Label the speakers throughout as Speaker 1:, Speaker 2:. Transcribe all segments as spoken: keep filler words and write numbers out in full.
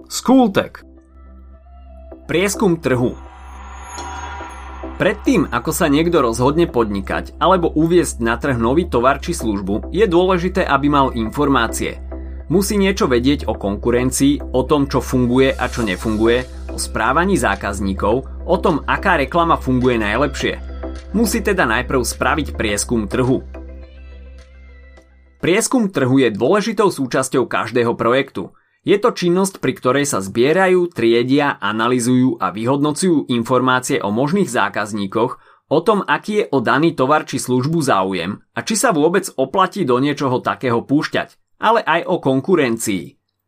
Speaker 1: Skultek. Prieskum trhu. Predtým, ako sa niekto rozhodne podnikať alebo uviesť na trh nový tovar či službu, je dôležité, aby mal informácie. Musí niečo vedieť o konkurencii, o tom, čo funguje a čo nefunguje, o správaní zákazníkov, o tom, aká reklama funguje najlepšie. Musí teda najprv spraviť prieskum trhu. Prieskum trhu je dôležitou súčasťou každého projektu. Je to činnosť, pri ktorej sa zbierajú, triedia, analyzujú a vyhodnocujú informácie o možných zákazníkoch, o tom, aký je o daný tovar či službu záujem a či sa vôbec oplatí do niečoho takého púšťať, ale aj o konkurencii.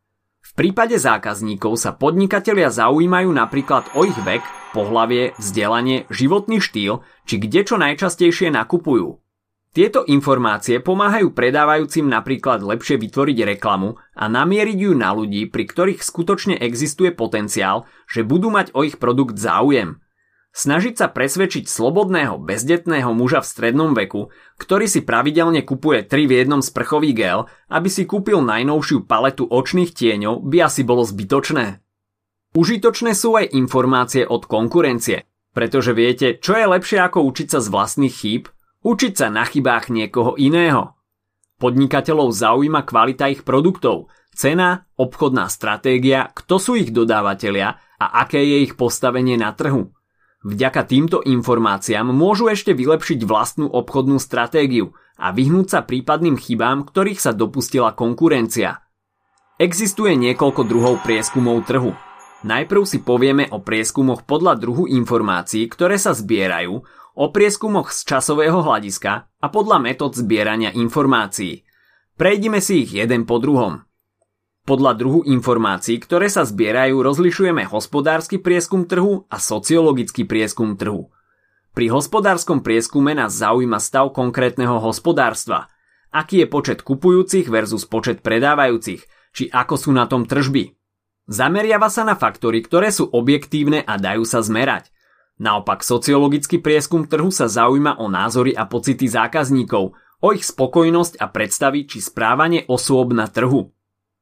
Speaker 1: V prípade zákazníkov sa podnikatelia zaujímajú napríklad o ich vek, pohlavie, vzdelanie, životný štýl, či kde čo najčastejšie nakupujú. Tieto informácie pomáhajú predávajúcim napríklad lepšie vytvoriť reklamu a namieriť ju na ľudí, pri ktorých skutočne existuje potenciál, že budú mať o ich produkt záujem. Snažiť sa presvedčiť slobodného, bezdetného muža v strednom veku, ktorý si pravidelne kupuje tri v jednom sprchový gel, aby si kúpil najnovšiu paletu očných tieňov, by asi bolo zbytočné. Užitočné sú aj informácie od konkurencie, pretože viete, čo je lepšie ako učiť sa z vlastných chýb? Učiť sa na chybách niekoho iného. Podnikateľov zaujíma kvalita ich produktov, cena, obchodná stratégia, kto sú ich dodávateľia a aké je ich postavenie na trhu. Vďaka týmto informáciám môžu ešte vylepšiť vlastnú obchodnú stratégiu a vyhnúť sa prípadným chybám, ktorých sa dopustila konkurencia. Existuje niekoľko druhov prieskumov trhu. Najprv si povieme o prieskumoch podľa druhu informácií, ktoré sa zbierajú, o prieskumoch z časového hľadiska a podľa metód zbierania informácií. Prejdime si ich jeden po druhom. Podľa druhu informácií, ktoré sa zbierajú, rozlišujeme hospodársky prieskum trhu a sociologický prieskum trhu. Pri hospodárskom prieskume nás zaujíma stav konkrétneho hospodárstva, aký je počet kupujúcich versus počet predávajúcich, či ako sú na tom tržby. Zameriava sa na faktory, ktoré sú objektívne a dajú sa zmerať. Naopak sociologický prieskum trhu sa zaujíma o názory a pocity zákazníkov, o ich spokojnosť a predstavy či správanie osôb na trhu.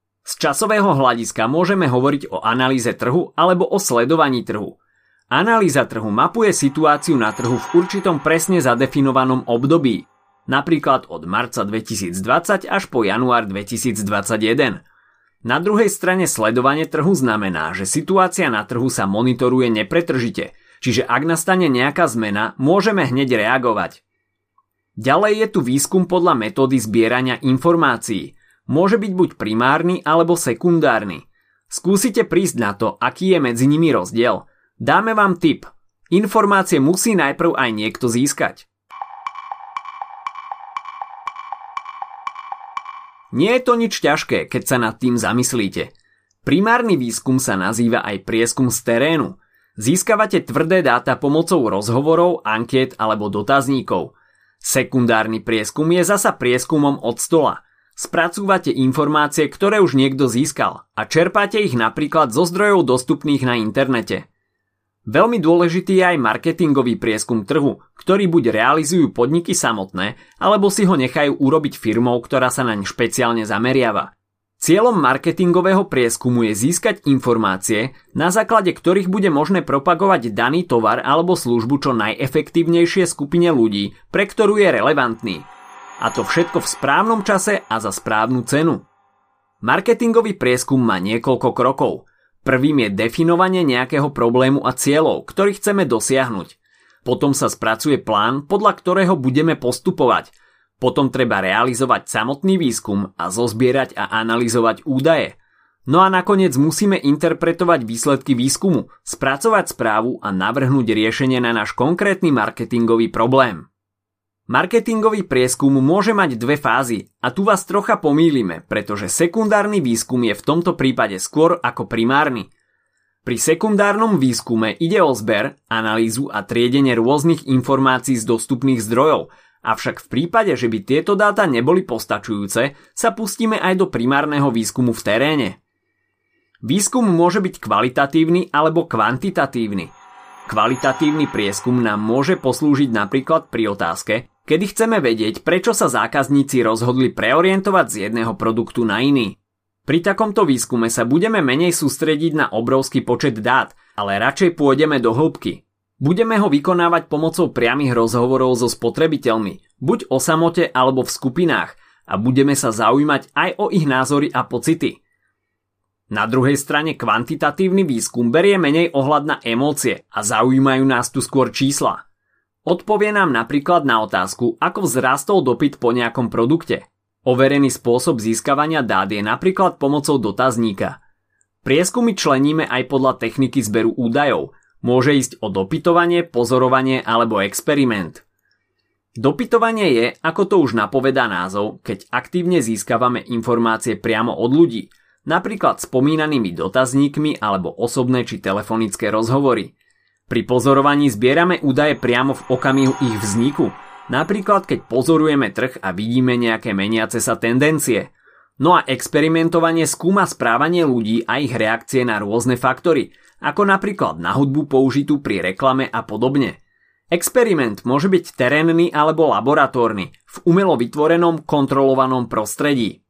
Speaker 1: Z časového hľadiska môžeme hovoriť o analýze trhu alebo o sledovaní trhu. Analýza trhu mapuje situáciu na trhu v určitom presne zadefinovanom období, napríklad od marca dvetisícdvadsať až po január dvetisícdvadsaťjeden. Na druhej strane sledovanie trhu znamená, že situácia na trhu sa monitoruje nepretržite, čiže ak nastane nejaká zmena, môžeme hneď reagovať. Ďalej je tu výskum podľa metódy zbierania informácií. Môže byť buď primárny alebo sekundárny. Skúsite prísť na to, aký je medzi nimi rozdiel. Dáme vám tip. Informácie musí najprv aj niekto získať. Nie je to nič ťažké, keď sa nad tým zamyslíte. Primárny výskum sa nazýva aj prieskum z terénu. Získavate tvrdé dáta pomocou rozhovorov, ankiet alebo dotazníkov. Sekundárny prieskum je zasa prieskumom od stola. Spracúvate informácie, ktoré už niekto získal a čerpáte ich napríklad zo zdrojov dostupných na internete. Veľmi dôležitý je aj marketingový prieskum trhu, ktorý buď realizujú podniky samotné, alebo si ho nechajú urobiť firmou, ktorá sa naň špeciálne zameriava. Cieľom marketingového prieskumu je získať informácie, na základe ktorých bude možné propagovať daný tovar alebo službu čo najefektívnejšie skupine ľudí, pre ktorú je relevantný. A to všetko v správnom čase a za správnu cenu. Marketingový prieskum má niekoľko krokov. Prvým je definovanie nejakého problému a cieľov, ktorý chceme dosiahnuť. Potom sa spracuje plán, podľa ktorého budeme postupovať. Potom treba realizovať samotný výskum a zozbierať a analyzovať údaje. No a nakoniec musíme interpretovať výsledky výskumu, spracovať správu a navrhnúť riešenie na náš konkrétny marketingový problém. Marketingový prieskum môže mať dve fázy a tu vás trocha pomýlime, pretože sekundárny výskum je v tomto prípade skôr ako primárny. Pri sekundárnom výskume ide o zber, analýzu a triedenie rôznych informácií z dostupných zdrojov, avšak v prípade, že by tieto dáta neboli postačujúce, sa pustíme aj do primárneho výskumu v teréne. Výskum môže byť kvalitatívny alebo kvantitatívny. Kvalitatívny prieskum nám môže poslúžiť napríklad pri otázke, kedy chceme vedieť, prečo sa zákazníci rozhodli preorientovať z jedného produktu na iný. Pri takomto výskume sa budeme menej sústrediť na obrovský počet dát, ale radšej pôjdeme do hĺbky. Budeme ho vykonávať pomocou priamych rozhovorov so spotrebiteľmi, buď o samote alebo v skupinách, a budeme sa zaujímať aj o ich názory a pocity. Na druhej strane kvantitatívny výskum berie menej ohľad na emócie a zaujímajú nás tu skôr čísla. Odpovie nám napríklad na otázku, ako vzrástol dopyt po nejakom produkte. Overený spôsob získavania dát je napríklad pomocou dotazníka. Prieskumy členíme aj podľa techniky zberu údajov. Môže ísť o dopytovanie, pozorovanie alebo experiment. Dopytovanie je, ako to už napovedá názov, keď aktívne získavame informácie priamo od ľudí, napríklad spomínanými dotazníkmi alebo osobné či telefonické rozhovory. Pri pozorovaní zbierame údaje priamo v okamihu ich vzniku, napríklad keď pozorujeme trh a vidíme nejaké meniace sa tendencie. No a experimentovanie skúma správanie ľudí a ich reakcie na rôzne faktory, ako napríklad na hudbu použitú pri reklame a podobne. Experiment môže byť terénny alebo laboratórny, v umelo vytvorenom kontrolovanom prostredí.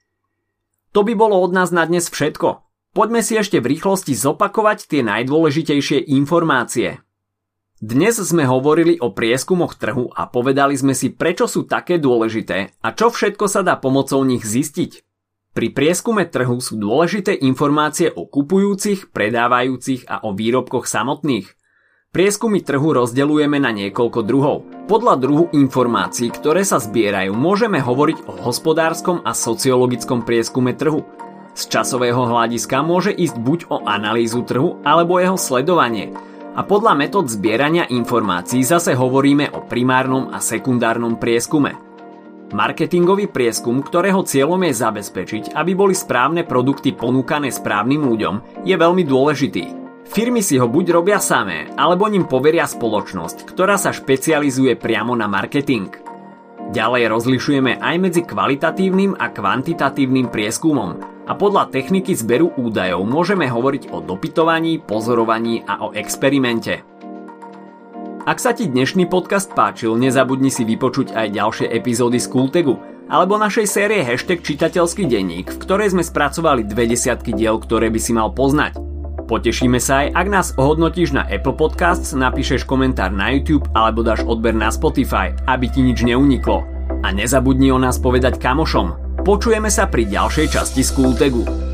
Speaker 1: To by bolo od nás na dnes všetko. Poďme si ešte v rýchlosti zopakovať tie najdôležitejšie informácie. Dnes sme hovorili o prieskumoch trhu a povedali sme si, prečo sú také dôležité a čo všetko sa dá pomocou nich zistiť. Pri prieskume trhu sú dôležité informácie o kupujúcich, predávajúcich a o výrobkoch samotných. Prieskumy trhu rozdeľujeme na niekoľko druhov. Podľa druhu informácií, ktoré sa zbierajú, môžeme hovoriť o hospodárskom a sociologickom prieskume trhu. Z časového hľadiska môže ísť buď o analýzu trhu alebo jeho sledovanie. A podľa metód zbierania informácií zase hovoríme o primárnom a sekundárnom prieskume. Marketingový prieskum, ktorého cieľom je zabezpečiť, aby boli správne produkty ponúkané správnym ľuďom, je veľmi dôležitý. Firmy si ho buď robia samé, alebo ním poveria spoločnosť, ktorá sa špecializuje priamo na marketing. Ďalej rozlišujeme aj medzi kvalitatívnym a kvantitatívnym prieskumom a podľa techniky zberu údajov môžeme hovoriť o dopytovaní, pozorovaní a o experimente. Ak sa ti dnešný podcast páčil, nezabudni si vypočuť aj ďalšie epizódy z Kultegu alebo našej série hashtag čitateľský denník, v ktorej sme spracovali dve desiatky diel, ktoré by si mal poznať. Potešíme sa aj, ak nás ohodnotíš na Apple Podcasts, napíšeš komentár na YouTube alebo dáš odber na Spotify, aby ti nič neuniklo. A nezabudni o nás povedať kamošom. Počujeme sa pri ďalšej časti z Kultegu.